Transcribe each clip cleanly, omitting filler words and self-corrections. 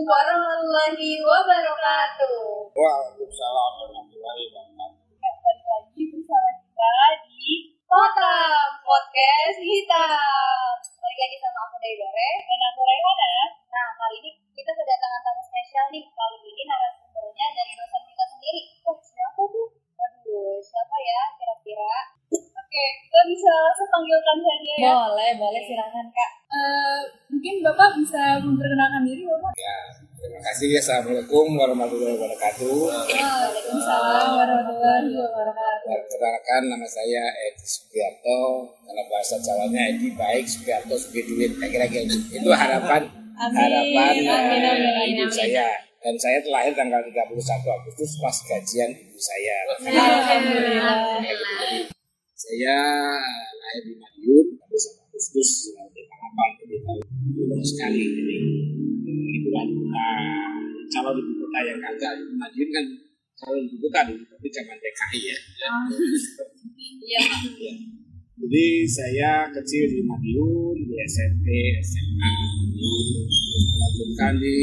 warahmatullahi wabarakatuh. Waalaikumsalam warahmatullahi wabarakatuh. Balik lagi bersama kita di Potam Podcast Hitam. Balik lagi sama aku Daidore dan aku Raihana. Nah, kali ini kita kedatangan tamu spesial nih. Kali ini narasumbernya dari dosen kita sendiri. Oh, siapa tuh? Aduh, siapa ya kira-kira? Oke, kita bisa langsung panggilkan saja ya. Boleh silakan Kak. Mungkin Bapak bisa memperkenalkan diri Bapak? Ya, terima kasih. Assalamualaikum warahmatullahi wabarakatuh. Waalaikumsalam warahmatullahi wabarakatuh. Perkenalkan, nama saya Edi Sugiarto. Kalau bahasa Jawanya Edi baik, Sugiarto Sugiduin. Kira-kira gitu. Itu harapan hidup saya. Dan saya terlahir tanggal 31 Agustus pas gajian ibu saya. Alhamdulillah. Jadi, saya lahir di Madiun 31 Agustus 1958. Jadi tahun sekali ini bulan calon ibu kota yang kagak. Madiun kan calon ibu kota dulu, tapi zaman DKI ya. Iya. Jadi saya kecil di Madiun, di SMP, SMA, melanjutkan di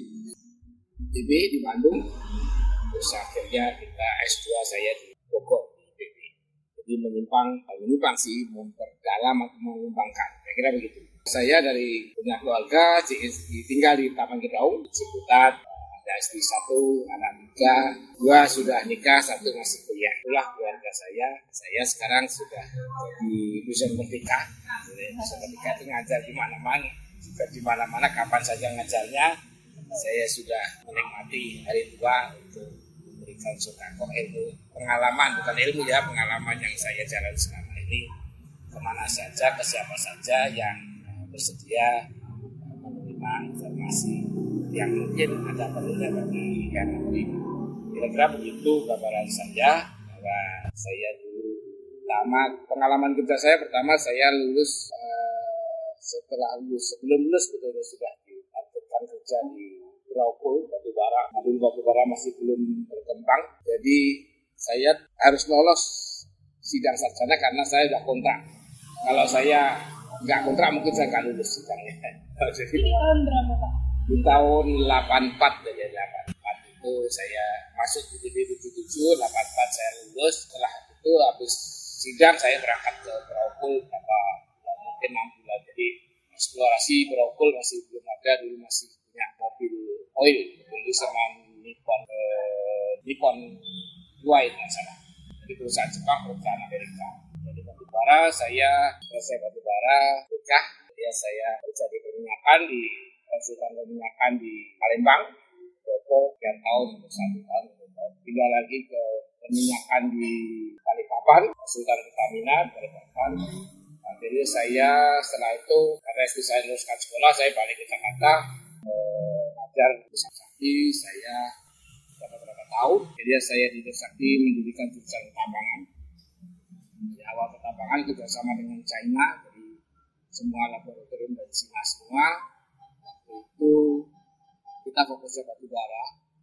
ITB di Bandung. Terus akhirnya kita S2 saya di Bogor di ITB. Jadi menyimpang sih, memperdalam atau mengembangkan. Kira-kira begitu. Saya dari punya keluarga, tinggal di Taman Gedong, Ciputat, ada istri 1, anak 3, 2 sudah nikah, 1 masih kuliah. Itulah keluarga saya. Saya sekarang sudah jadi dosen merdeka. Dosen merdeka itu ngajar di mana-mana. Juga di mana-mana, kapan saja ngajarnya. Saya sudah menikmati hari tua untuk memberikan sodako ilmu, pengalaman, bukan ilmu ya, pengalaman yang saya jalani selama ini. Kemana saja, ke siapa saja yang bersedia menerima informasi yang mungkin ada perlunya bagi yang menerima. Kira-kira begitu gambaran saya, bahwa saya dulu pengalaman kerja saya pertama saya lulus sebelum lulus betul-betul sudah ditargetkan kerja di Graukool batubara. Dulu batubara masih belum berkembang, jadi saya harus lolos sidang sarjana karena saya sudah kontrak. Kalau saya nggak kontrak mungkin saya nggak lulus sidangnya. Jadi tahun berapa Pak? Di tahun 84 ya, 84 itu saya masuk di ITB 77, 84 saya lulus. Setelah itu habis sidang saya berangkat ke Graukool mungkin 6 bulan. Jadi eksplorasi Graukool masih belum ada, dulu masih punya mobil oil dulu sama Nippon White salah. Jadi perusahaan Jepang, perusahaan Amerika. Jadi batubara saya selesai batubara nikah. Ya saya kerja di perminyakan di konsultan perminyakan di Palembang. Berapa 3 tahun untuk 1 tahun. Pindah lagi ke perminyakan di Balikpapan, konsultan Pertamina Balikpapan. Jadi saya setelah itu karena istri saya luluskan sekolah, saya balik ke Jakarta mengajar di Trisakti. Saya berapa tahun. Jadi saya di Trisakti mendirikan jurusan pertambangan. Di awal pertambangan kerjasama dengan China, jadi semua laboratorium dari China semua. Waktu itu kita fokusnya batubara,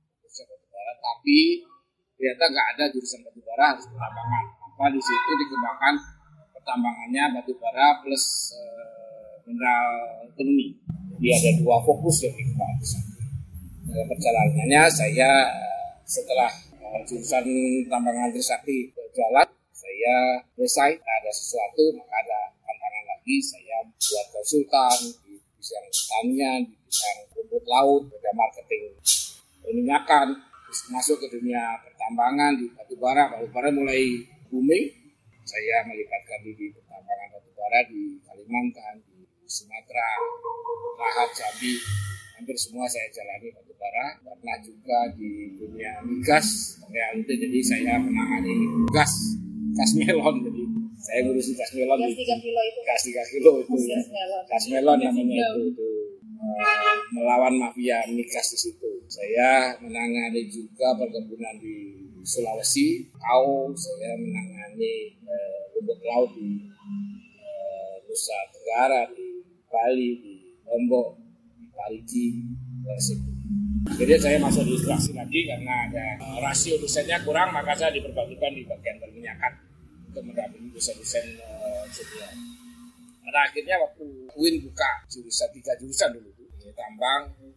tapi ternyata nggak ada jurusan batubara, harus pertambangan. Maka di situ dikembangkan pertambangannya batubara plus mineral ekonomi. Jadi ada 2 fokus yang dikembangkan di sana. Dalam perjalanannya saya setelah jurusan tambangan Trisakti berjalan, saya selesai, ada sesuatu, maka ada tantangan lagi. Saya buat konsultan di bidang pertanian, di bidang rumput laut, ada marketing perminyakan, terus masuk ke dunia pertambangan di batubara mulai booming. Saya melibatkan diri di pertambangan batubara di Kalimantan, di Sumatera, Lahad, Jambi, hampir semua saya jalani batubara. Pernah juga di dunia migas, jadi saya menangani gas melon. Jadi saya ngurusin gas melon. Gas 3 kilo itu. Gas 3 kilo itu ya. Gas melon namanya itu. Melawan mafia migas di situ. Saya menangani juga perkebunan di Sulawesi, saya menangani rumput laut di Nusa Tenggara, di Bali, di Lombok, di Parigi, Jadi saya masuk di ekstraksi lagi karena ada rasio dosennya kurang, maka saya diperbantukan di bagian perminyakan untuk mendampingi dosen-dosen senior. Pada akhirnya waktu UIN buka jurusan 3 jurusan dulu, tambang,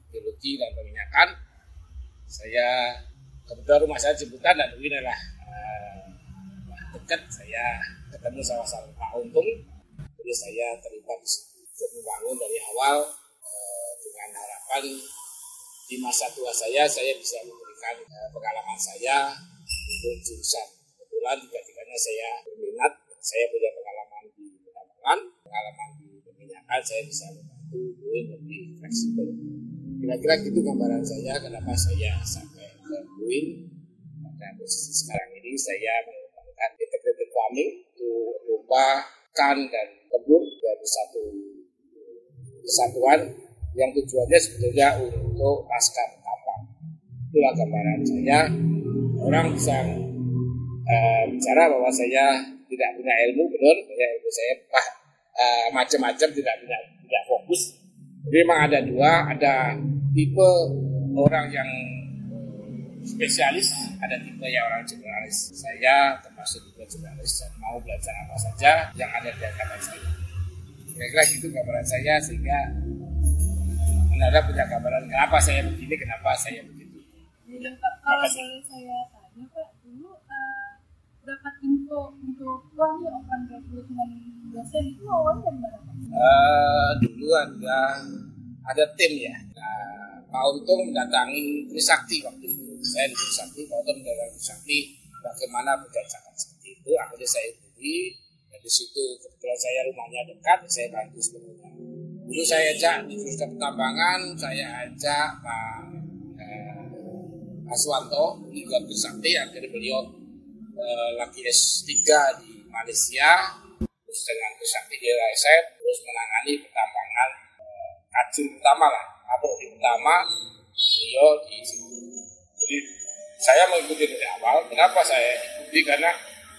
geologi dan peminyakan. Saya kebetulan rumah saya Ciputat dan UIN adalah dekat. Saya ketemu sama Pak Untung, jadi saya terlibat untuk membangun dari awal dengan harapan di masa tua saya bisa memberikan pengalaman saya untuk jurusan. Kebetulan tiga-tiganya saya berminat, saya punya pengalaman di pertambangan, pengalaman di peminyakan, saya bisa membantu UIN lebih fleksibel. Kira-kira gitu gambaran saya kenapa saya sampai ke UIN. Pada posisi sekarang ini saya mengembangkan integrated farming untuk domba, ikan, dan kebun dari satu kesatuan yang tujuannya sebetulnya untuk laskar tambang. Itulah gambaran saya. Orang bisa bicara bahwa saya tidak punya ilmu, benar, ilmu saya macam-macam, tidak fokus. Jadi memang ada dua, ada tipe orang yang spesialis, ada tipe yang orang generalis. Saya termasuk tipe generalis dan mau belajar apa saja yang ada di hadapan saya. Kira-kira gitu gambaran saya, sehingga Anda punya gambaran kenapa saya begini, kenapa saya begitu. Ya, Pak, kalau boleh saya tanya, Pak, dulu dapat info untuk open recruitment dosen itu awalnya dari mana, Pak? Dulu ada tim ya. Pak Untung mendatangi Trisakti waktu itu. Saya di Trisakti, Pak Untung mendatangi Trisakti, bagaimana bekerjakan seperti itu. Akhirnya saya ikuti. Dan di situ kebetulan saya rumahnya dekat, saya bantu sebenarnya. Dulu saya ajak di jurusan pertambangan, saya ajak Pak Aswanto, juga Trisakti. Akhirnya beliau lagi S3 di Malaysia, terus dengan Trisakti di riset, terus menangani pertambangan kacung utama lah, atau di utama beliau di situ. Jadi saya mengikuti dari awal. Kenapa saya ikuti? Karena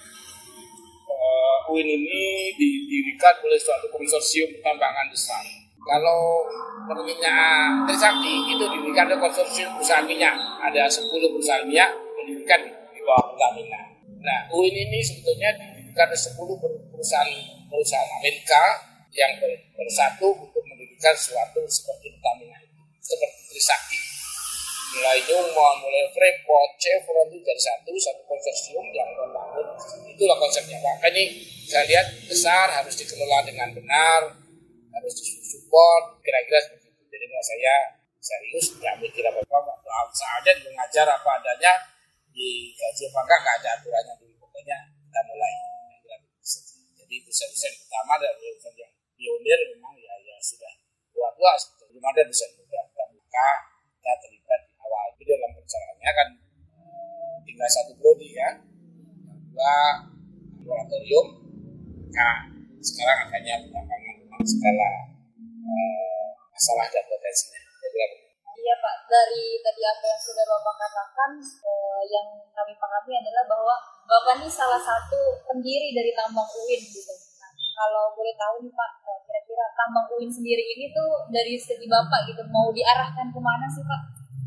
UIN ini didirikan oleh suatu konsorsium pertambangan besar. Kalau perminyakan Trisakti itu didirikan oleh konsorsium perusahaan minyak. Ada 10 perusahaan minyak didirikan di bawah Pertamina. Nah, UIN ini sebetulnya didirikan oleh 10 perusahaan Amerika yang bersatu untuk mendirikan sesuatu seperti Pertamina, seperti Trisakti. Mulai Newmont, mulai Freeport, Chevron itu dari satu konsorsium yang membangun. Itulah konsepnya. Maka ini saya lihat besar, harus dikelola dengan benar, harus disupport, kira-kira seperti itu. Jadi saya serius, tidak mikir apa-apa, saatnya mengajar apa adanya, di gaji apa enggak ada aturannya dulu. Pokoknya kita mulai. Jadi dosen-dosen pertama dan dosen yang pionir memang ya sudah tua-tua, belum ada dosen muda. Kita buka, kita terlibat di awal. Jadi dalam perjalanannya kan tinggal satu prodi ya, dua laboratorium. Nah, sekarang akhirnya pertambangan memang segala masalah dan potensinya. Iya Pak, dari tadi apa yang sudah Bapak katakan, yang kami pahami adalah bahwa Bapak ini salah satu pendiri dari tambang UIN gitu. Nah, kalau boleh tahu nih Pak, kira-kira tambang UIN sendiri ini tuh dari segi Bapak gitu, mau diarahkan kemana sih Pak?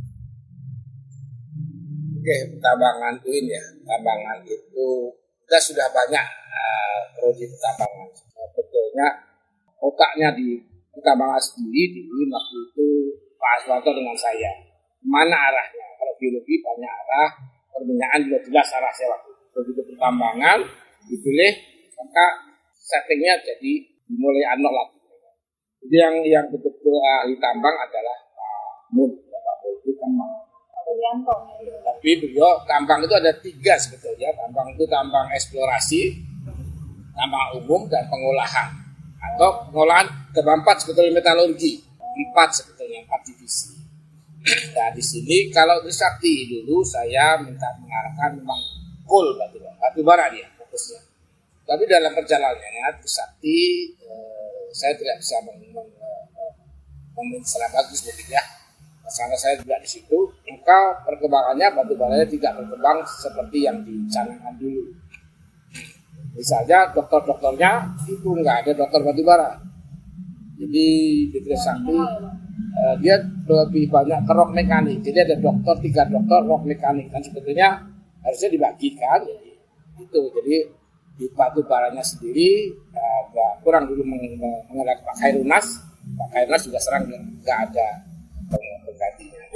Oke, pertambangan UIN ya. Pertambangan itu kita sudah banyak prodi pertambangan. Betulnya otaknya di pertambangan sendiri di UIN waktu itu Pak Aswanto dengan saya. Mana arahnya? Kalau biologi banyak arah, perminyakan juga jelas arah saya waktu itu. Begitu pertambangan dipilih, maka settingnya jadi dimulai anok lagi. Jadi yang betul-betul ahli tambang adalah Pak Mul. Pak Mul itu tambang. Tapi beliau tambang itu ada 3 sebetulnya. Tambang itu tambang eksplorasi, tambang umum, dan pengolahan. Atau pengolahan ke-4 sebetulnya metalurgi. 4 sebetulnya, 4 divisi. Nah di sini kalau Trisakti dulu saya minta mengarahkan memang coal batu bara dia fokusnya. Tapi dalam perjalanannya Trisakti saya tidak bisa mengistilah bagus begitu ya. Karena saya juga di situ, maka perkembangannya batu baranya tidak berkembang seperti yang dicanangkan dulu. Misalnya dokter-dokternya itu nggak ada dokter batu bara. Jadi di Trisakti dia lebih banyak ke rock mekanik. Jadi ada 3 dokter rock mekanik. Dan sebetulnya harusnya dibagikan. Itu jadi di batu baranya sendiri kurang dulu mengenal Pak Khairunas. Pak Khairunas juga serang nggak ada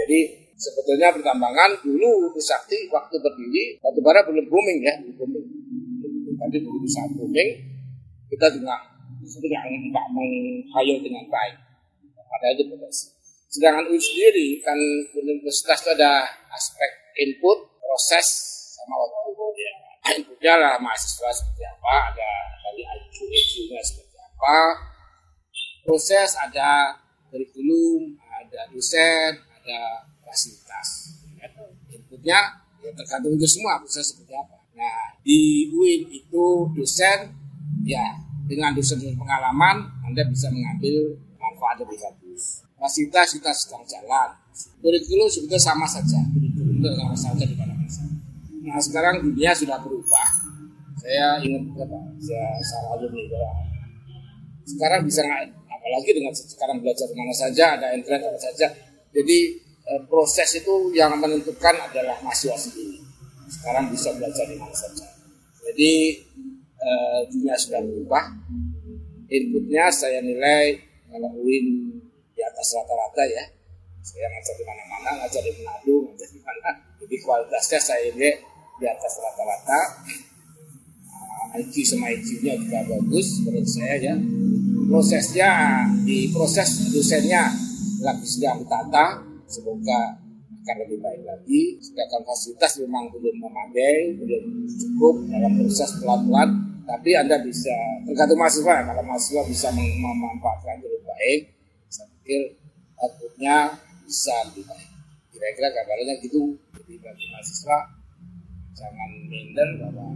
Jadi sebetulnya pertambangan dulu Trisakti waktu berdiri batubara belum booming ya, tapi begitu saat booming kita juga nggak menghayal dengan baik. Padahal itu potensi. Sedangkan UIN sendiri kan universitas itu ada aspek input, proses, sama output. Ya. Inputnya lah mahasiswa seperti apa, ada tadi IQ-nya seperti apa, proses ada kurikulum, ada dosen, ada fasilitas. Inputnya ya tergantung itu semua proses seperti apa. Nah di UIN itu dosen ya dengan dosen pengalaman Anda bisa mengambil manfaat lebih bagus. Fasilitas kita sedang jalan. Kurikulum sebetulnya sama saja. Kurikulum sama saja di mana-mana. Nah sekarang dunia sudah berubah. Saya ingat saya salah alumni bahwa sekarang bisa apalagi dengan sekarang belajar di mana saja, ada internet apa saja. Jadi proses itu yang menentukan adalah mahasiswa sendiri. Sekarang bisa belajar di mana saja. Jadi dunia sudah berubah. Inputnya saya nilai kalau UIN di atas rata-rata ya. Saya ngajar di mana-mana, ngajar di Manado, ngajar di mana. Jadi kualitasnya saya nilai di atas rata-rata. IQ sama IQ-nya juga bagus menurut saya ya. Prosesnya di proses dosennya lagi sedang ditata, semoga akan lebih baik lagi. Sedangkan fasilitas memang belum memadai, belum cukup dalam proses pelan-pelan. Tapi Anda bisa tergantung mahasiswa. Kalau mahasiswa bisa memanfaatkan lebih baik, saya pikir outputnya bisa lebih baik. Kira-kira gambarannya gitu. Jadi bagi mahasiswa jangan minder bahwa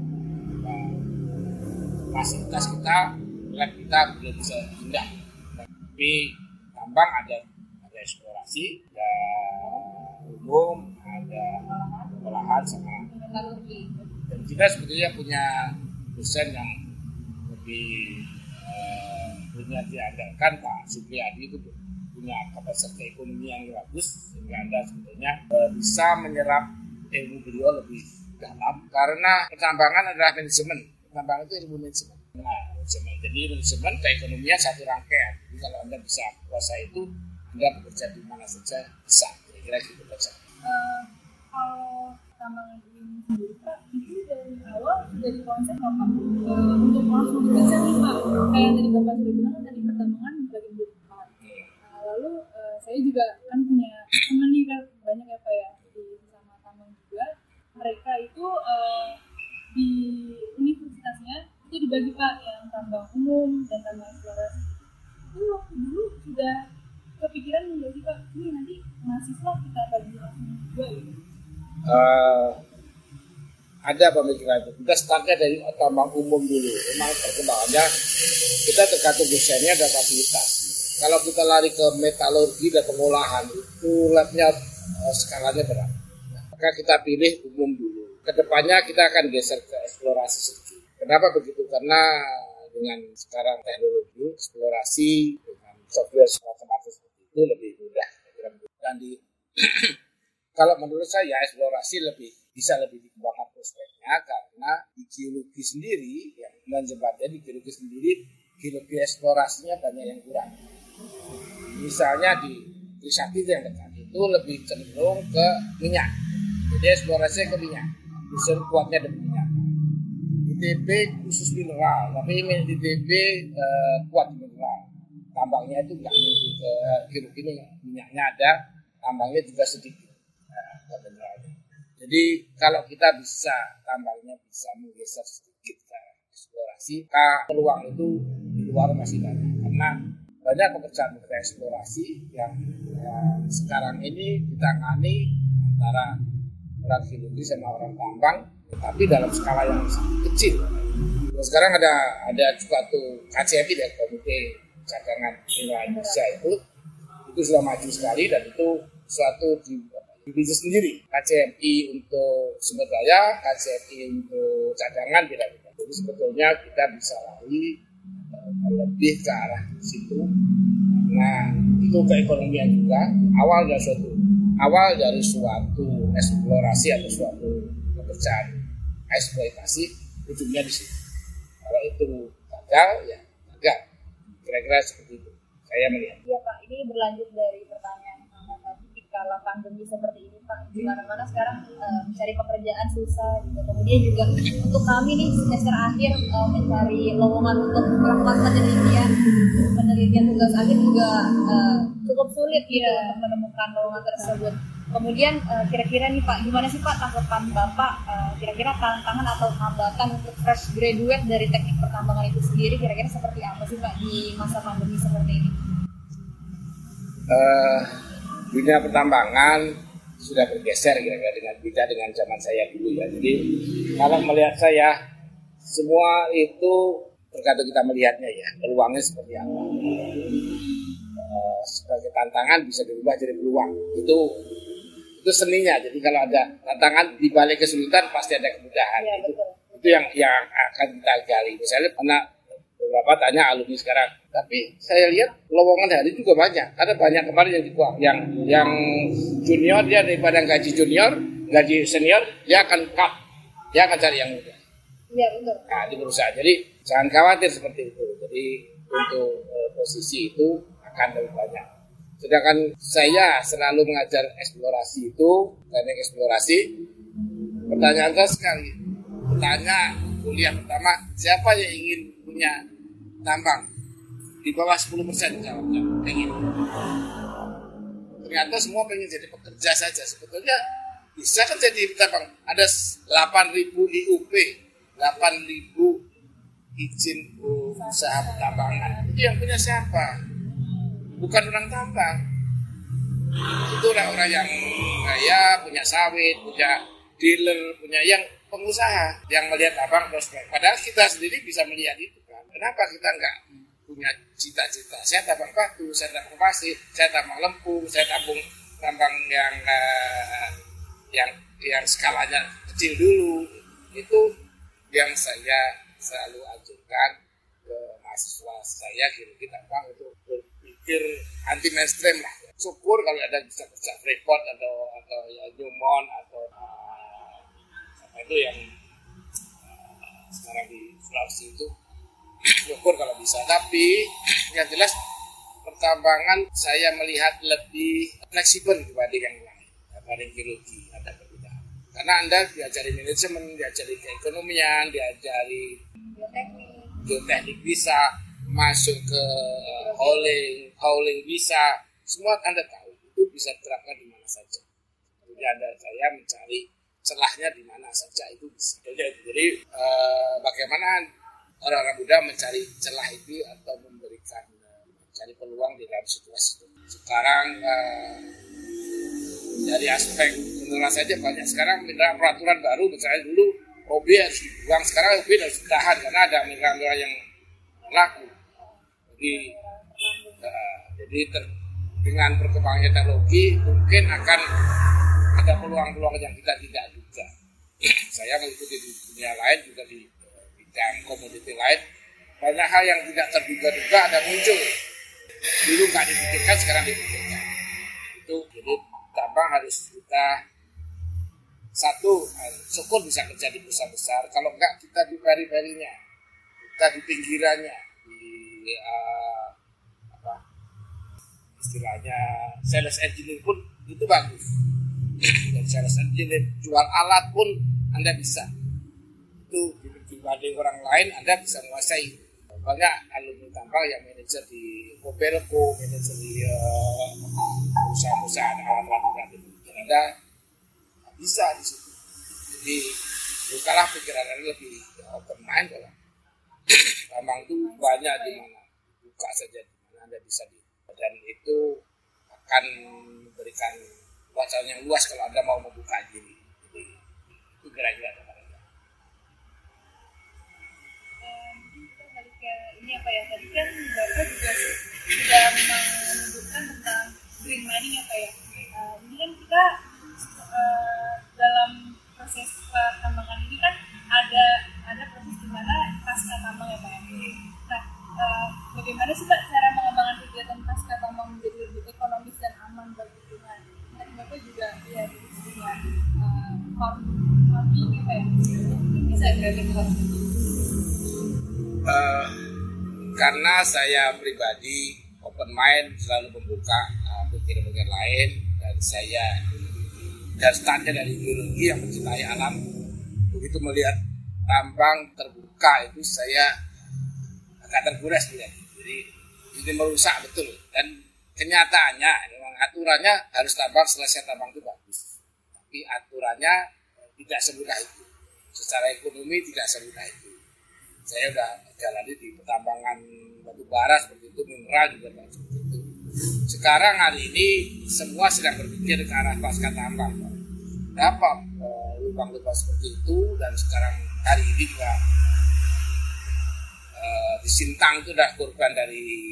fasilitas kita, lab kita belum bisa indah. Tapi tambang ada eksplorasi, ada umum, ada olahan sama. Dan kita sebetulnya punya dosen yang lebih punya diandalkan, Pak Supriyadi itu punya kapasitas ekonomi yang bagus sehingga Anda sebetulnya bisa menyerap ilmu beliau lebih dalam karena pertambangan adalah manajemen. Pertambangan itu ilmu manajemen. Nah, manajemen. Jadi manajemen keekonomian satu rangkaian. Jadi kalau Anda bisa kuasai itu, Anda bekerja di mana saja bisa. Kira-kira gitu saja. Kalau tambangan ini sendiri Pak, itu dari awal sudah dikonsep apa? Untuk langsung dikerja nih Pak, kayak tadi Bapak sudah bilang kan tadi pertambangan bagi depan. Nah, lalu saya juga kan punya teman nih kan banyak ya Pak ya di sama tambang juga. Mereka itu di universitasnya itu dibagi Pak yang tambang umum dan tambang eksplorasi. Itu waktu dulu sudah kepikiran nggak sih Pak? Ini nanti mahasiswa kita bagi langsung juga gitu. Ada pemikiran itu. Kita startnya dari tambang umum dulu. Memang perkembangannya kita tergantung dosennya dan fasilitas. Kalau kita lari ke metalurgi dan pengolahan itu labnya skalanya berat. Maka kita pilih umum dulu. Kedepannya kita akan geser ke eksplorasi sedikit. Kenapa begitu? Karena dengan sekarang teknologi eksplorasi dengan software semacam seperti itu lebih mudah. Dan kalau menurut saya eksplorasi bisa lebih dikembangkan prospeknya karena di geologi sendiri yang menjembatnya di geologi sendiri geologi eksplorasinya banyak yang kurang. Misalnya di Trisakti yang dekat itu lebih cenderung ke minyak. Jadi eksplorasinya ke minyak. Unsur kuatnya dari minyak. ITB khusus mineral, tapi ITB kuat mineral. Tambangnya itu nggak menuju ke geologi minyaknya ada, tambangnya juga sedikit. Jadi kalau kita bisa tambangnya bisa menggeser sedikit ke eksplorasi, peluang itu di luar masih banyak. Karena banyak pekerjaan eksplorasi yang sekarang ini ditangani antara orang geologi sama orang tambang, tapi dalam skala yang kecil. Dan sekarang ada juga tuh KCMI ya, Komite Cadangan Mineral Indonesia itu sudah maju sekali dan itu suatu divisi sendiri. KCMI untuk sumber daya, KCMI untuk cadangan beda-beda. Jadi sebetulnya kita bisa lari lebih ke arah situ. Nah, itu keekonomian juga. Awal dari suatu eksplorasi atau suatu pekerjaan eksploitasi ujungnya di situ. Kalau itu gagal, ya gagal. Kira-kira seperti itu. Saya melihat. Iya Pak, ini berlanjut dari pertanyaan Anda tadi. kala pandemi seperti ini Pak, di mana-mana sekarang mencari pekerjaan susah gitu. Kemudian juga untuk kami nih semester akhir mencari lowongan untuk melakukan penelitian tugas akhir juga cukup sulit gitu untuk menemukan lowongan tersebut. Kemudian kira-kira nih Pak, gimana sih Pak tanggapan Bapak kira-kira tantangan atau hambatan untuk fresh graduate dari teknik pertambangan itu sendiri kira-kira seperti apa sih Pak di masa pandemi seperti ini? Dunia pertambangan sudah bergeser kira-kira dengan zaman saya dulu ya. Jadi kalau melihat saya, semua itu tergantung kita melihatnya ya, peluangnya seperti apa. Sebagai tantangan bisa dirubah jadi peluang. Itu seninya. Jadi kalau ada tantangan di balik kesulitan pasti ada kemudahan. Ya, itu yang akan kita gali. Misalnya anak beberapa tanya alumni sekarang, tapi saya lihat lowongan hari juga banyak. Ada banyak kemarin yang junior, dia daripada gaji junior, gaji senior, dia akan cari yang muda. Iya betul. Nah, di perusahaan. Jadi jangan khawatir seperti itu. Jadi untuk posisi itu akan lebih banyak. Sedangkan saya selalu mengajar eksplorasi itu, teknik eksplorasi. Pertanyaan saya sekali, bertanya kuliah pertama, siapa yang ingin punya tambang? Di bawah 10% jawabnya, pengen. Ternyata semua pengen jadi pekerja saja. Sebetulnya bisa kan jadi tambang. Ada 8.000 IUP, 8.000 izin usaha pertambangan. Itu yang punya siapa? Bukan orang tambang. Itu orang-orang yang kaya, punya sawit, punya dealer, punya yang pengusaha yang melihat tambang prospek. Padahal kita sendiri bisa melihat itu kan. Kenapa kita nggak punya cita-cita? Saya tambang batu, saya tambang pasir, saya tambang lempu, saya tambang yang skalanya kecil dulu. Itu yang saya selalu ajukan ke mahasiswa saya, kira-kira tambang untuk berpikir anti mainstream lah. Syukur kalau ada bisa kerja Freeport atau ya Newmont atau itu yang sekarang di Sulawesi itu, syukur kalau bisa. Tapi yang jelas pertambangan saya melihat lebih fleksibel dibanding yang lain, dibanding geologi ada perbedaan. Karena Anda diajari manajemen, diajari keekonomian, diajari geoteknik bisa, masuk ke hauling bisa, semua Anda tahu itu bisa diterapkan di mana saja. Jadi saya mencari celahnya di mana saja itu bisa. Jadi bagaimana orang-orang muda mencari celah itu atau mencari peluang di dalam situasi itu. Sekarang dari aspek mineral saja banyak. Sekarang mineral peraturan baru, misalnya dulu OB harus dibuang, sekarang OB harus ditahan karena ada mineral yang laku. Jadi dengan perkembangan teknologi mungkin akan ada peluang-peluang yang kita tidak duga. Saya mengikuti di dunia lain juga di bidang komoditi lain, banyak hal yang tidak terduga-duga ada muncul. Dulu nggak dipikirkan, sekarang dipikirkan. Itu jadi tambang harus kita syukur bisa kerja di perusahaan besar. Kalau enggak kita di peri-perinya, kita di pinggirannya, di istilahnya sales engineer pun itu bagus. Dan sales engineer jual alat pun Anda bisa. Itu dibanding orang lain Anda bisa menguasai. Banyak alumni tambang yang manajer di Kopelco, manajer di perusahaan-perusahaan alat-alat berat itu. Dan Anda bisa di situ. Jadi bukalah pikiran Anda lebih open mind kalau tambang itu banyak di mana. Buka saja di mana Anda bisa dan itu akan memberikan wacana yang luas kalau Anda mau membuka diri. Jadi itu kira-kira ini apa ya, tadi kan Bapak juga sudah menunjukkan tentang green mining apa ya. Ini kan kita dalam proses pertambangan ini kan ada proses di mana pasca tambang ya Pak. Nah, bagaimana sih Pak cara mengembangkan kegiatan pasca tambang menjadi lebih ekonomis dan aman bagi lingkungan? Tadi Bapak juga ya di dunia farming apa ya. Mungkin bisa kira-kira karena saya pribadi open mind, selalu membuka pikir-pikir lain, dan saya dan standar dari biologi yang mencintai alam, begitu melihat tambang terbuka itu saya agak tergores melihat. Jadi ini merusak betul, dan kenyataannya memang aturannya harus tambang selesai tambang itu bagus, tapi aturannya tidak semudah itu. Secara ekonomi tidak semudah itu. Saya udah jalani di pertambangan batu bara seperti itu, mineral juga seperti itu. Sekarang hari ini semua sedang berpikir ke arah pasca tambang. Dapat lubang-lubang seperti itu, dan sekarang hari ini juga di Sintang itu udah korban dari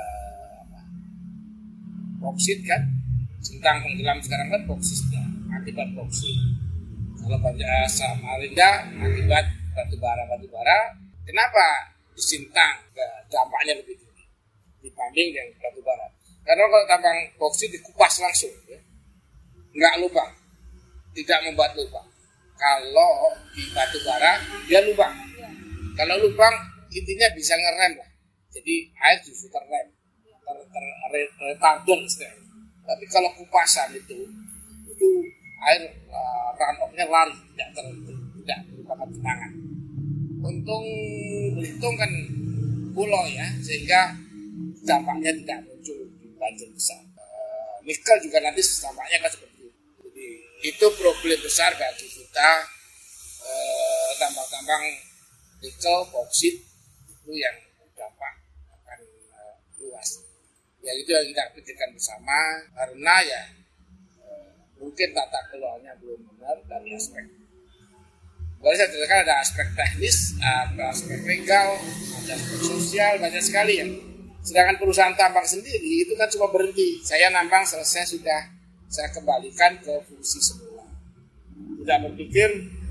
boksit kan. Sintang tenggelam sekarang kan boksitnya, akibat boksit. Kalau banyak Samarinda akibat batu bara. Kenapa di Sintang dampaknya lebih tinggi dibanding yang batu bara? Karena kalau tambang boksit dikupas langsung, ya, nggak lubang, tidak membuat lubang. Kalau di batu bara dia lubang. Kalau lubang intinya bisa ngerem lah. Jadi air justru terrem, retardon istilahnya. Tapi kalau kupasan itu air run-off-nya lari, tidak merupakan genangan. Untung Belitung kan pulau ya, sehingga dampaknya tidak muncul di banjir besar. Nikel juga nanti dampaknya kan seperti itu. Jadi itu problem besar bagi kita, tambang-tambang nikel, boksit itu yang dampak akan luas. Ya itu yang kita pikirkan bersama, karena ya mungkin tata kelolanya belum benar dari aspek. Boleh saya jelaskan, ada aspek teknis, ada aspek legal, ada aspek sosial, banyak sekali ya. Sedangkan perusahaan tambang sendiri itu kan cuma berhenti. Saya nambang selesai sudah saya kembalikan ke fungsi semula. Tidak berpikir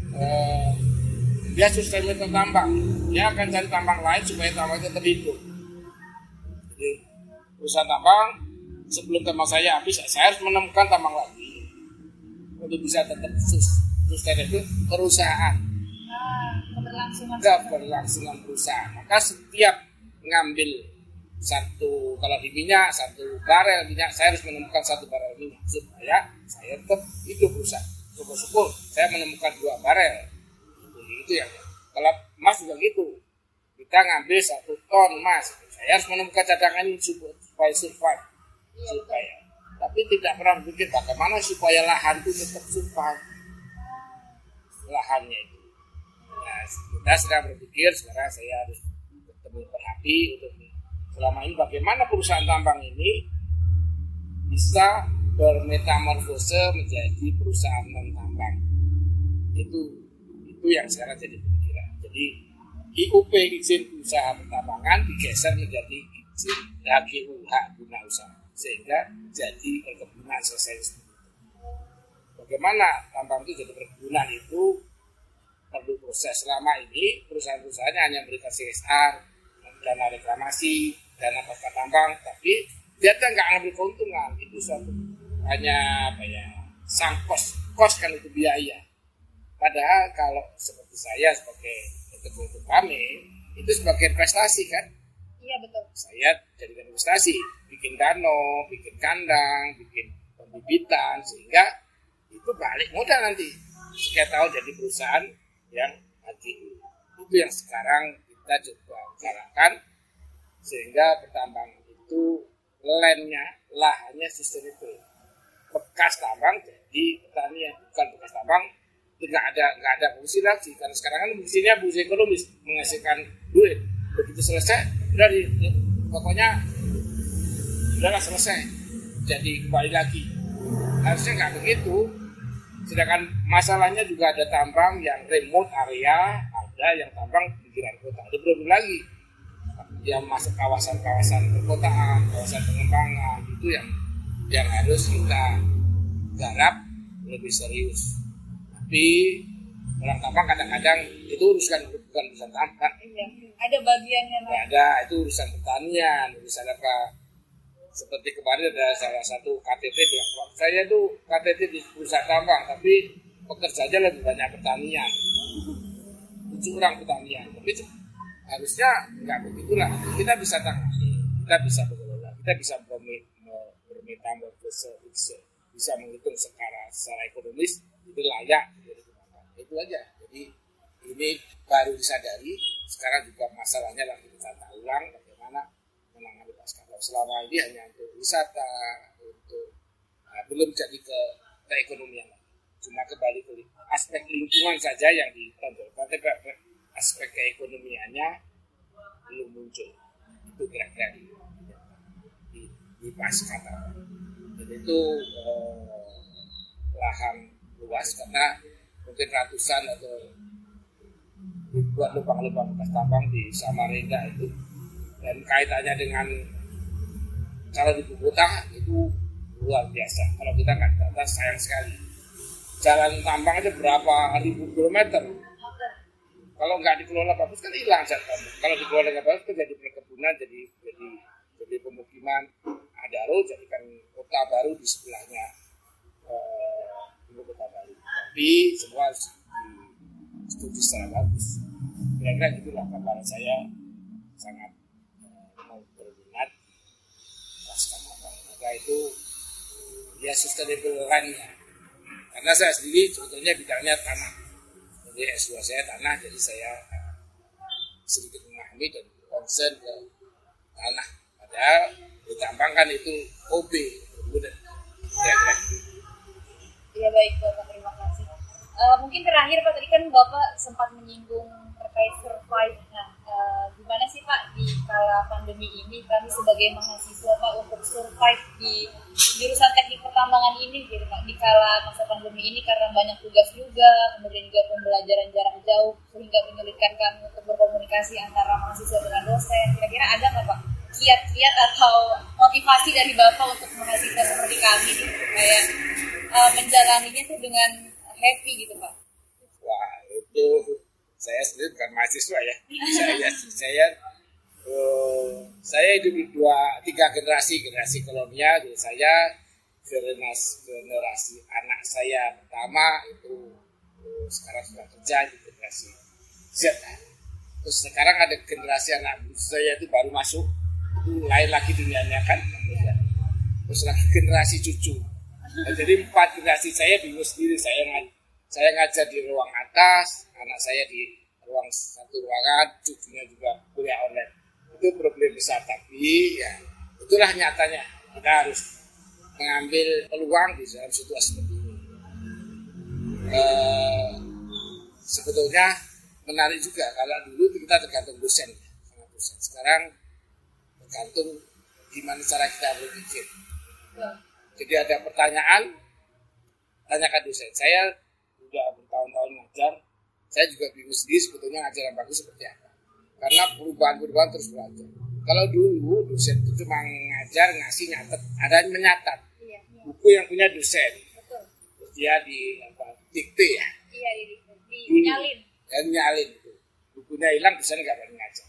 dia sustainable tambang, dia akan cari tambang lain supaya tambang itu terhidup. Jadi perusahaan tambang sebelum tambang saya habis, saya harus menemukan tambang lagi untuk bisa tetap sustainable perusahaan. Keberlangsungan perusahaan. Maka setiap ngambil kalau di minyak, 1 barel minyak, saya harus menemukan 1 barel minyak supaya saya tetap hidup perusahaan. Syukur-syukur saya menemukan 2 barel. Itu ya. Kalau emas juga gitu. Kita ngambil 1 ton emas, saya harus menemukan cadangan ini supaya survive. Tapi tidak pernah berpikir bagaimana supaya lahan itu tetap survive. Lahannya itu. Nah, kita sedang berpikir sekarang saya harus bertemu Perhapi untuk selama ini bagaimana perusahaan tambang ini bisa bermetamorfose menjadi perusahaan non tambang. Itu yang sekarang jadi pikiran. Jadi IUP, izin usaha pertambangan, digeser menjadi izin HGU, hak guna usaha, sehingga jadi perkebunan selesai. Bagaimana tambang itu jadi perkebunan itu perlu proses. Selama ini perusahaan-perusahaannya hanya memberikan CSR, dana reklamasi, dana pasca tambang, tapi dia nggak ngambil keuntungan. Itu suatu hanya sang kos kan itu biaya. Padahal kalau seperti saya sebagai ketua kami itu sebagai investasi kan. Iya betul. Saya jadikan investasi, bikin danau, bikin kandang, bikin pembibitan, sehingga itu balik modal nanti. Sekian tahun jadi perusahaan yang HGU. Itu yang sekarang kita coba bicarakan, sehingga pertambangan itu lahannya sustainable. Bekas tambang jadi pertanian, bukan bekas tambang nggak ada fungsi lagi, karena sekarang kan fungsinya fungsi ekonomis, menghasilkan duit. Begitu selesai pokoknya udahlah selesai, jadi kembali lagi. Harusnya nggak begitu. Sedangkan masalahnya juga ada tambang yang remote area, ada yang tambang pinggiran kota, ada problem lagi yang masuk kawasan-kawasan perkotaan, kawasan pengembangan. Itu yang harus kita garap lebih serius. Tapi orang tambang kadang-kadang itu bukan urusan tambang. Iya, ada bagiannya. Ada, itu urusan pertanian, urusan apa? Seperti kemarin ada salah satu KTT bilang, saya tuh KTT di perusahaan tambang, tapi pekerjanya lebih banyak pertanian, 7 orang pertanian. Tapi harusnya nggak begitulah. Kita bisa tangani, kita bisa mengelola, kita bisa bermetamorfose, bisa menghitung secara ekonomis itu layak jadi kebakaran. Itu aja. Jadi ini baru disadari, sekarang juga masalahnya lagi ditata ulang bagaimana menangani pasca. Selama ini hanya untuk wisata, untuk belum jadi ke ekonomian, cuma kembali ke aspek lingkungan saja yang ditonjol, tapi aspek keekonomiannya belum muncul. Itu kira-kira di pasca. Jadi itu lahan luas karena mungkin ratusan atau ribuan lubang-lubang bekas tambang di Samarinda itu, dan kaitannya dengan kalau di ibu kota itu luar biasa. Kalau kita nggak data sayang sekali. Jalan tambang aja berapa ribu kilometer. Kalau nggak dikelola bagus kan hilang jalan tambang. Kalau dikelola nggak bagus kan jadi perkebunan, jadi pemukiman. Adaro jadikan kota baru di sebelahnya ibu kota baru. Tapi semua studi secara bagus. Kira-kira itulah gambaran saya sangat mau berminat pasca tambang. Maka itu ya sustainable land-nya. Karena saya sendiri sebetulnya bidangnya tanah. Jadi S2 saya tanah, jadi saya sedikit memahami dan concern ke tanah. Padahal ditambangkan itu OB. Kira-kira. Iya baik Bapak, terima kasih. Mungkin terakhir Pak, tadi kan Bapak sempat menyinggung terkait survive. Nah, gimana sih Pak di kala pandemi ini kami sebagai mahasiswa Pak untuk survive di jurusan teknik pertambangan ini gitu Pak, di kala masa pandemi ini karena banyak tugas juga, kemudian juga pembelajaran jarak jauh sehingga menyulitkan kami untuk berkomunikasi antara mahasiswa dengan dosen. Kira-kira ada nggak Pak kiat-kiat atau motivasi dari Bapak untuk mahasiswa seperti kami gitu, kayak menjalaninya tuh dengan happy gitu Pak? Wah, itu saya sendiri bukan mahasiswa ya. Saya hidup di 3 generasi kolonial. Jadi saya generasi anak saya pertama itu sekarang sudah kerja di generasi Z. Terus sekarang ada generasi anak saya itu baru masuk, itu lain lagi dunianya kan. Terus lagi generasi cucu. Nah, jadi 4 generasi saya bingung sendiri. Saya ngajar di ruang atas, anak saya di ruang satu ruangan, cucunya juga kuliah online. Itu problem besar, tapi ya itulah nyatanya. Kita harus mengambil peluang di dalam situasi seperti ini. Sebetulnya menarik juga kalau dulu kita tergantung dosen. Sekarang tergantung gimana cara kita berpikir. Jadi ada pertanyaan, tanyakan dosen. Saya sudah bertahun-tahun ngajar, saya juga bingung sendiri sebetulnya ngajar yang bagus seperti apa. Karena perubahan terus belajar. Kalau dulu dosen itu cuma ngajar, ngasih, nyatet, ada yang menyatat. Buku yang punya dosen. Betul. Terus dia dikte ya. Iya, dinyalin. Dan nyalin itu. Bukunya hilang, dosen nggak berani ngajar.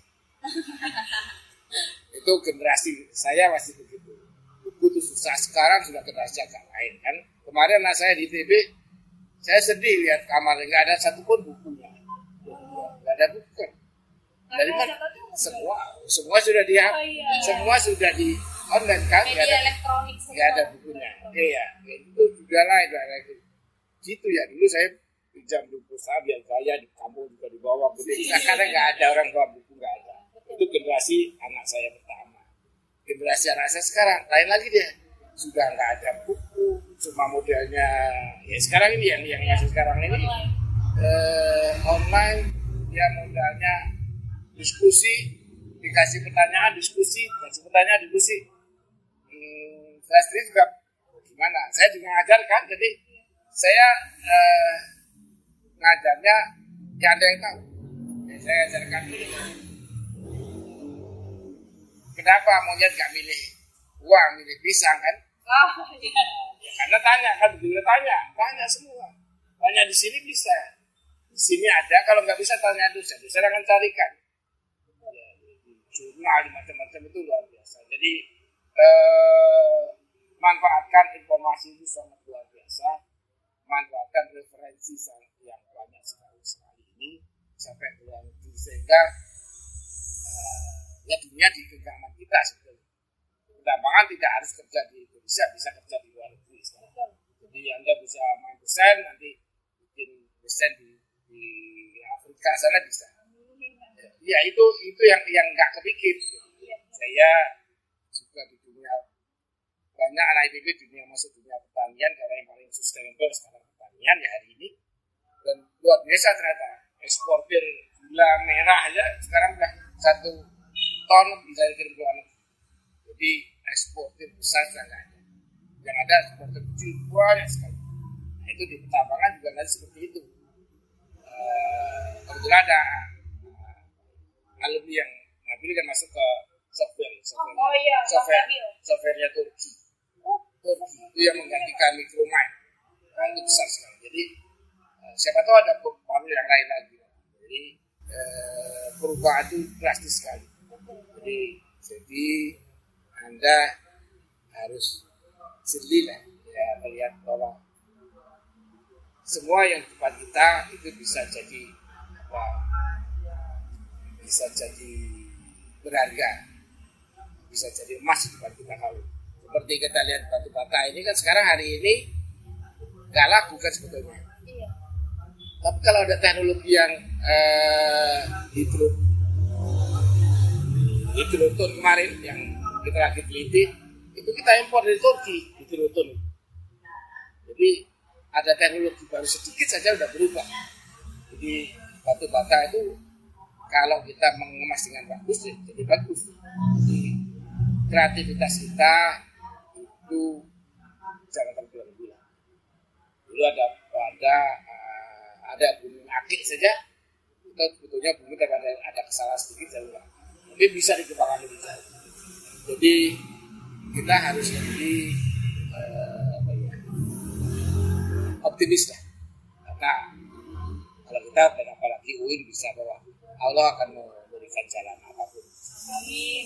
Itu generasi saya masih begitu. Buku itu susah. Sekarang sudah generasi agak lain kan. Kemarin anak saya di TB, saya sedih lihat kamarnya nggak ada satupun bukunya, nggak ada buku. Dari mana? Semua sudah semua sudah di online kan, nggak ada bukunya. Iya, itu juga lain lagi. Gitu ya, dulu saya pinjam buku saya biar saya di kampung juga dibawa buku. Sekarang nggak ada orang bawa buku, nggak ada. Itu generasi anak saya pertama. Generasi anak saya sekarang lain lagi dia. Sudah nggak ada buku, cuma modelnya ya sekarang ini yang masih sekarang ini online, ya modalnya diskusi, dikasih pertanyaan diskusi, saya sendiri juga gimana, saya juga ngajar kan, jadi saya ngajarnya ya ada yang tahu, saya ajarkan dulu kenapa monyet nggak milih uang, milih pisang kan. Ya, karena tanya semua. Tanya di sini bisa, di sini ada. Kalau nggak bisa tanya dosen akan carikan. Ya, jurnal macam-macam itu luar biasa. Jadi manfaatkan informasi itu sangat luar biasa. Manfaatkan referensi yang banyak sekali ini sampai ke luar negeri sehingga ya dunia di genggaman kita sebetulnya. Pertambangan tidak harus kerja di Indonesia, bisa kerja di luar negeri. Jadi Anda bisa main desain, nanti bikin desain di Afrika sana bisa. Ya itu yang nggak kepikir. Saya juga di dunia banyak anak IPB dunia masuk dunia pertanian karena yang paling sustainable sekarang pertanian ya hari ini, dan luar biasa ternyata eksportir gula merah aja sekarang udah 1 ton bisa dikirim ke luar negeri. Jadi eksportir besar sudah nggak ada, yang ada eksportir kecil banyak sekali. Nah itu di pertambangan juga nanti seperti itu. Kebetulan ada alumni yang ngambil kan masuk ke softwarenya Turki itu yang menggantikan Micromine. Nah, itu besar sekali. Jadi siapa tahu ada baru yang lain lagi. Jadi perubahan itu drastis sekali. Jadi Anda harus jeli lah ya melihat bahwa semua yang di depan kita itu bisa jadi bisa jadi berharga, bisa jadi emas di depan kita. Kalau seperti kita lihat batu bata ini kan sekarang hari ini nggak laku kan sebetulnya. Iya. Tapi kalau ada teknologi yang hidroton kemarin yang kita lagi teliti, itu kita impor dari Turki hidroton. Jadi ada teknologi baru sedikit saja udah berubah. Jadi batu bata itu kalau kita mengemas dengan bagus jadi bagus. Jadi kreativitas kita itu jangan tergila-gila. Dulu ada bumi akik saja, kita sebetulnya bumi ada kesalahan sedikit saja, tapi bisa dikembangkan lebih jauh. Jadi kita harus lebih optimis lah, karena kalau kita dan apalagi UIN bisa bahwa Allah akan memberikan jalan apapun. Amin.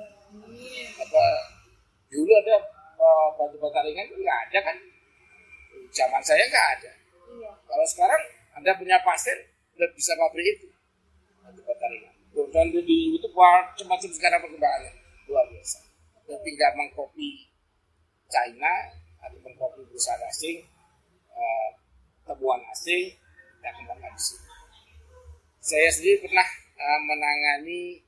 Dulu ada batu-bata ringan itu nggak ada kan? Zaman saya nggak ada. Iya. Kalau sekarang Anda punya pasir, udah bisa pabrik itu batu-bata ringan. Dan di YouTube macam-macam sekarang perkembangannya luar biasa. Dan tinggal mengcopy China atau mengcopy perusahaan asing, temuan asing, dan kembangkan di sini. Saya sendiri pernah menangani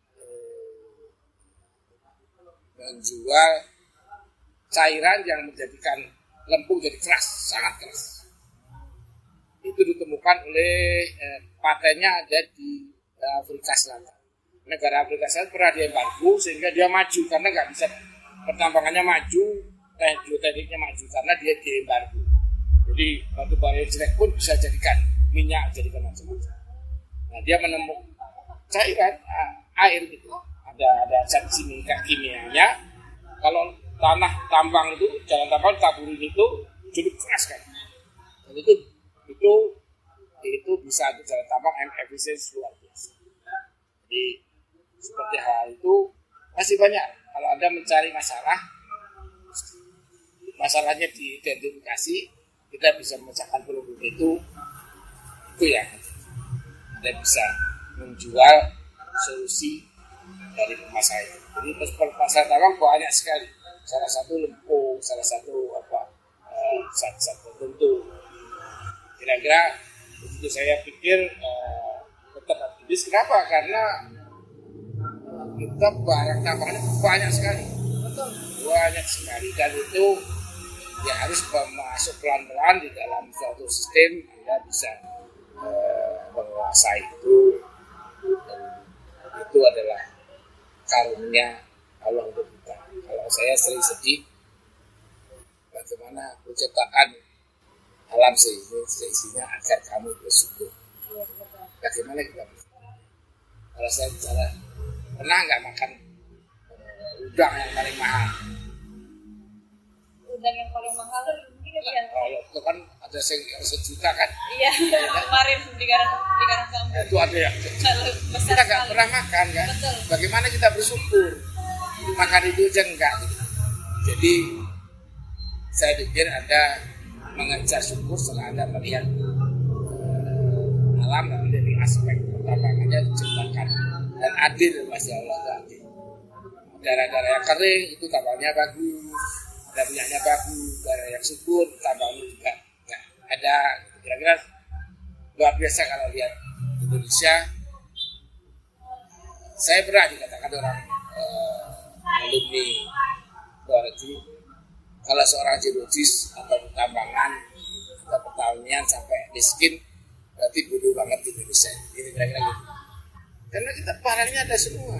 menjual cairan yang menjadikan lempung jadi keras, sangat keras. Itu ditemukan oleh patennya ada di Afrika Selatan. Negara Afrika Selatan pernah diembargo sehingga dia maju karena nggak bisa pertambangannya maju, tekniknya maju karena dia diembargo. Jadi batu bara yang jelek pun bisa jadikan minyak, jadikan macam-macam. Nah dia menemukan cairan air gitu, ada zat kimianya. Kalau tanah tambang itu, jalan tambang taburin itu jadi keras kan. Dan itu bisa untuk jalan tambang yang efisiensi luar biasa. Jadi seperti hal itu masih banyak. Kalau Anda mencari masalahnya diidentifikasi, kita bisa memecahkan problem itu ya. Anda bisa menjual solusi dari permasalahan. Jadi permasalahan tambang banyak sekali. Salah satu lempung, salah satu zat-zat tertentu. Kira-kira itu saya pikir tetap optimis. Kenapa? Karena kita barang tambangnya banyak sekali. Banyak sekali. Dan itu ya harus masuk pelan-pelan di dalam suatu sistem. Anda bisa menguasai itu. Dan itu adalah karunia Allah untuk kita. Kalau saya sering sedih bagaimana penciptaan alam isinya agar kamu bersyukur. Bagaimana kita bersyukur? Kalau saya bicara, pernah nggak makan udang yang paling mahal? Udang yang paling mahal mungkin ya. Kalau itu kan ada sejuta kan? Iya, kemarin di Karang Sambung. Itu ada yang kita nggak pernah makan kan? Betul. Bagaimana kita bersyukur? Makan itu aja enggak. Jadi saya pikir Anda mengejar syukur setelah Anda melihat alam dari aspek pertambangannya diciptakan dan adil, Masya Allah, adil. Daerah-daerah yang kering itu tambangnya bagus, dan minyaknya bagus, daerah yang subur, tambangnya juga nggak ada. Kira-kira luar biasa kalau lihat Indonesia. Saya pernah dikatakan orang alumni luar negeri, kalau seorang geologis atau pertambangan atau pertanian sampai miskin, berarti bodoh banget di Indonesia. Ini kira-kira gitu. Karena kita barangnya ada semua.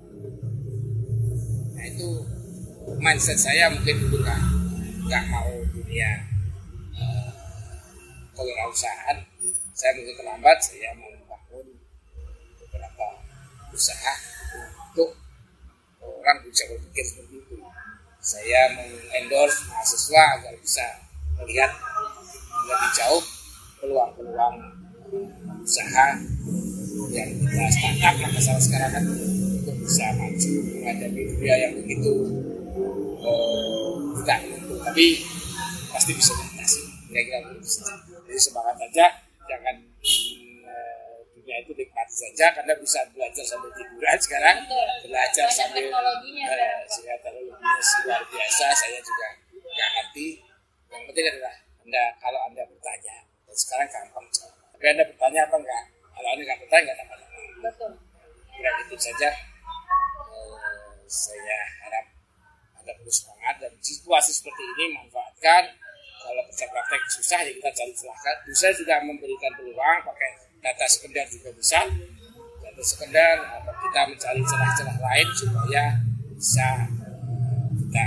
Nah itu mindset saya mungkin dulu nggak mau dunia kewirausahaan. Saya mungkin terlambat, saya mau membangun beberapa usaha untuk orang bisa berpikir seperti itu. Saya mengendorse mahasiswa agar bisa melihat lebih jauh peluang-peluang usaha yang kita startup yang masalah sekarang kan untuk bisa maju menghadapi dunia yang begitu tidak menentu, tapi pasti bisa diatasi. Kira-kira begitu saja. Jadi semangat saja, jangan dunia itu nikmati saja, karena bisa belajar sambil tiduran sekarang. Belajar sambil teknologinya luar biasa. Saya juga nggak ngerti. Yang penting adalah kalau anda bertanya, dan sekarang gampang jawab. Tapi anda bertanya apa enggak? Kalau anda nggak bertanya nggak dapat apa. Betul. Kira itu saja. Saya harap anda terus semangat, dan situasi seperti ini manfaatkan. Kalau kerja praktek susah ya kita cari celah. Saya sudah memberikan peluang pakai data sekedar juga bisa. Data sekedar atau kita mencari celah-celah lain supaya bisa kita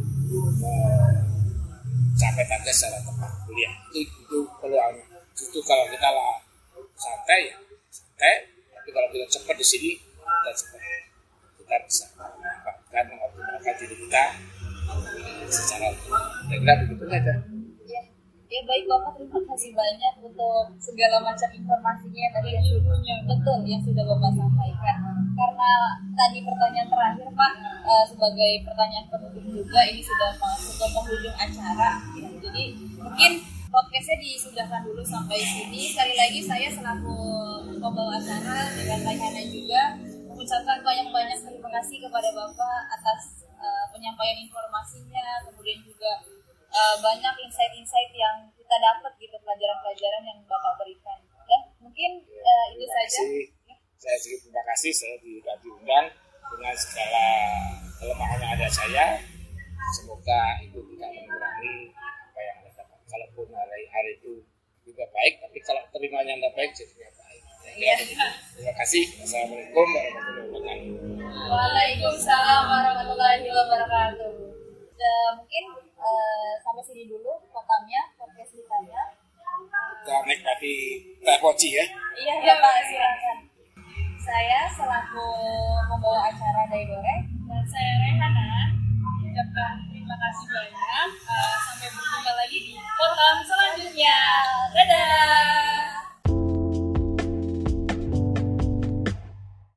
capai target secara tepat kuliah. Itu peluangnya. Justru kalau kita santai ya santai, tapi kalau kita cepat di sini kita cepat, kita bisa memanfaatkan, mengoptimalkan diri kita secara begitu saja. Ya baik Bapak, terima kasih banyak untuk segala macam informasinya yang tadi yang sudah Bapak sampaikan. Karena tadi pertanyaan terakhir Pak, sebagai pertanyaan penutup juga, ini sudah masuk ke penghujung acara. Ya, jadi mungkin podcastnya disudahkan dulu sampai sini. Sekali lagi saya selaku pembawa acara dengan Raihana juga mengucapkan banyak-banyak terima kasih kepada Bapak atas penyampaian informasinya, kemudian juga banyak insight-insight yang kita dapat gitu, pelajaran-pelajaran yang Bapak berikan. Ya, mungkin itu saja. Saya sedikit terima kasih, saya diundang dengan segala kelemahan yang ada saya. Semoga itu tidak mengurangi apa yang Anda dapat. Kalaupun hari itu juga baik, tapi kalau terimanya Anda baik, jadinya baik. Ya. Terima kasih. Assalamualaikum warahmatullahi wabarakatuh. Waalaikumsalam warahmatullahi wabarakatuh. Mungkin sampai sini dulu podcast kitanya. Kita nikmati teh poci ya. Iya Pak, silakan. Saya selaku membawa acara Daidore dan saya Raihana mengucapkan terima kasih banyak. Sampai berjumpa lagi di podcast selanjutnya. Dadah.